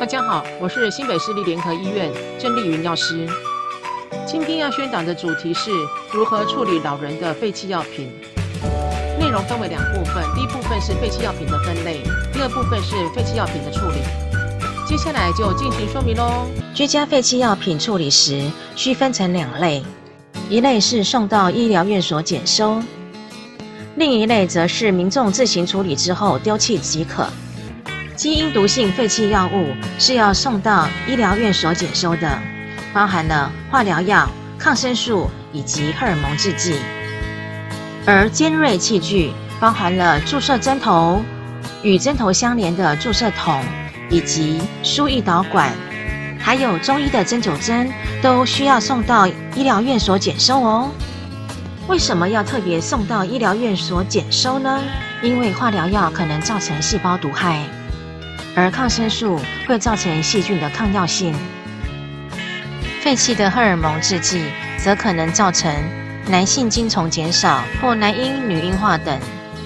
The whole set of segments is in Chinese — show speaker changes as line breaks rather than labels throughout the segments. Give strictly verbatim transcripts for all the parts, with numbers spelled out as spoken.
大家好，我是新北市立联合医院郑丽云药师。今天要宣导的主题是如何处理老人的废弃药品。内容分为两部分，第一部分是废弃药品的分类，第二部分是废弃药品的处理。接下来就进行说明咯。
居家废弃药品处理时，需分成两类，一类是送到医疗院所检收，另一类则是民众自行处理之后丢弃即可。基因毒性废弃药物是要送到医疗院所检收的，包含了化疗药、抗生素以及荷尔蒙制剂。而尖锐器具包含了注射针头、与针头相连的注射筒以及输液导管，还有中医的针灸针，都需要送到医疗院所检收哦。为什么要特别送到医疗院所检收呢？因为化疗药可能造成细胞毒害，而抗生素会造成细菌的抗药性。废弃的荷尔蒙制剂则可能造成男性精虫减少或男婴女婴化等。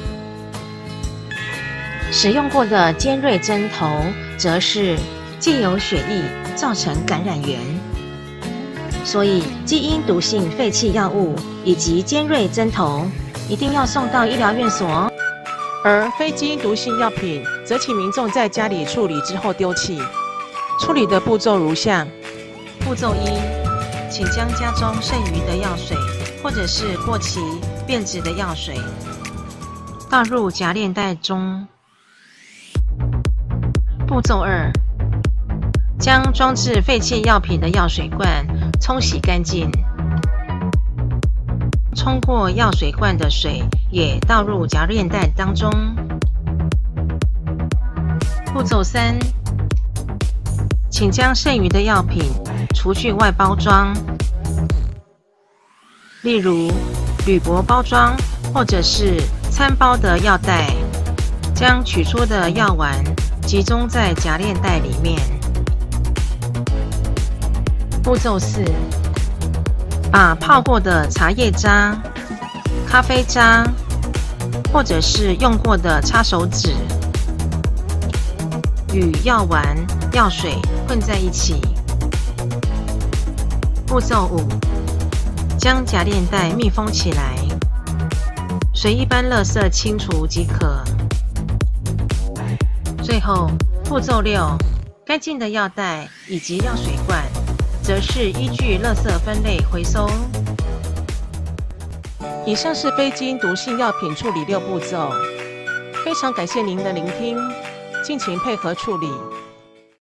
使用过的尖锐针头则是借由血液造成感染源，所以基因毒性废弃药物以及尖锐针头一定要送到医疗院所。
而非基因毒性药品则请民众在家里处理之后丢弃。处理的步骤如下：
步骤一，请将家中剩余的药水或者是过期变质的药水倒入夹链袋中。步骤二，将装置废弃药品的药水罐冲洗干净，冲过药水罐的水也倒入夹链袋当中。步骤三，请将剩余的药品除去外包装，例如铝箔包装或者是餐包的药袋，将取出的药丸集中在夹链袋里面。步骤四，把泡过的茶叶渣、咖啡渣或者是用过的擦手纸与药丸、药水混在一起。步骤五，将夹链袋密封起来，随一般垃圾清除即可。最后，步骤六，干净的药袋以及药水罐则是依据垃圾分类回收。
以上是非基因毒性药品处理六步骤，非常感谢您的聆听，敬请配合处理。